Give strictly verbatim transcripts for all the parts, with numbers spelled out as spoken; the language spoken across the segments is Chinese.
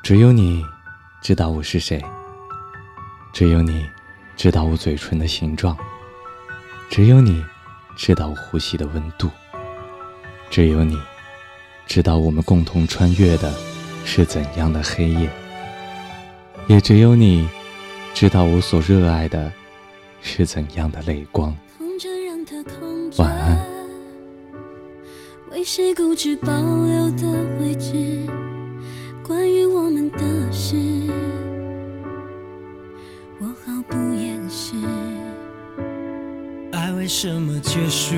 只有你知道我是谁，只有你知道我嘴唇的形状，只有你知道我呼吸的温度，只有你知道我们共同穿越的是怎样的黑夜，也只有你知道我所热爱的是怎样的泪光。晚安。 为谁固执保留的位置，关于我们的事，我毫不掩饰。 爱为什么结束？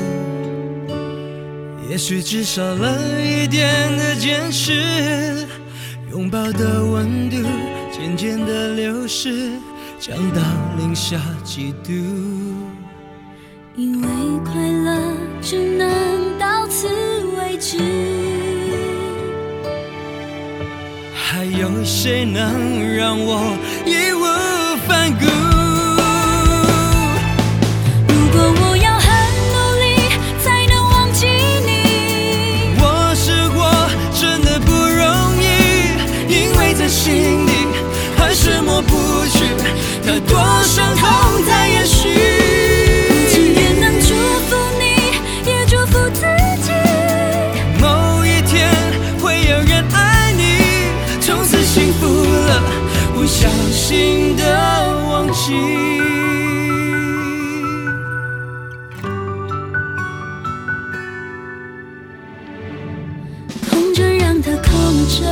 也许只少了一点的坚持，拥抱的温度渐渐的流失，降到零下几度。 因为快乐只能到此为止， 还有谁能让我义无反顾？ 如果我要很努力才能忘记你， 我试过真的不容易，因为在心里还是抹不去太多伤痛在延续。不小心的忘记， 空着让它空着，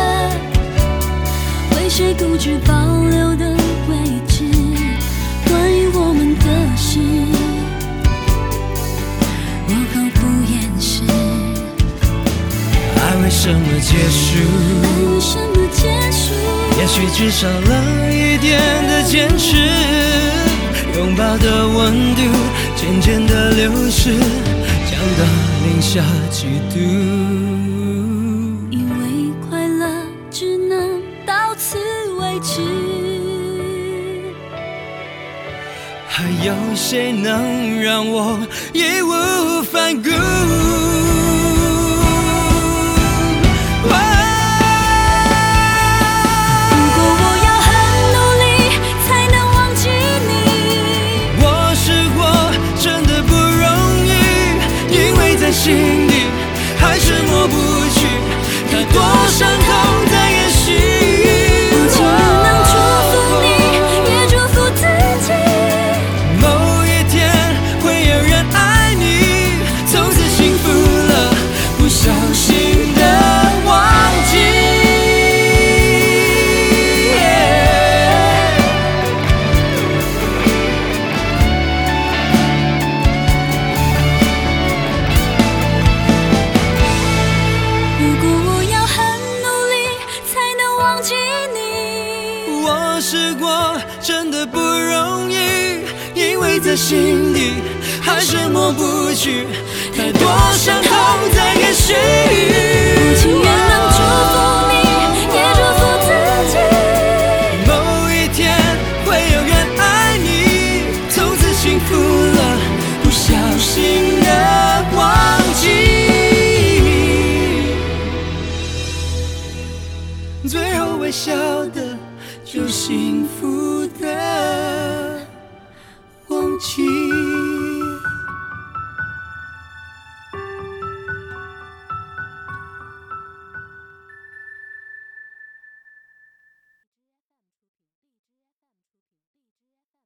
为谁固执保留的位置，关于我们的事，我毫不掩饰。 爱为什么结束？ 爱为什么结束？ 也许只少了一点的坚持，拥抱的温度渐渐的流失，降到零下几度。 因为快乐只能到此为止， 还有谁能让我义无反顾？心里还是抹不去太多伤痛在延续。 我只能祝福你，也祝福自己， 某一天会有人爱你，从此幸福了，不小心的忘记。我试过真的不容易，因为在心里还是抹不去太多伤痛在延续。 我情愿能祝福你，也祝福自己， 某一天会有人爱你，从此幸福了，不小心的忘记。最后微笑的就幸福的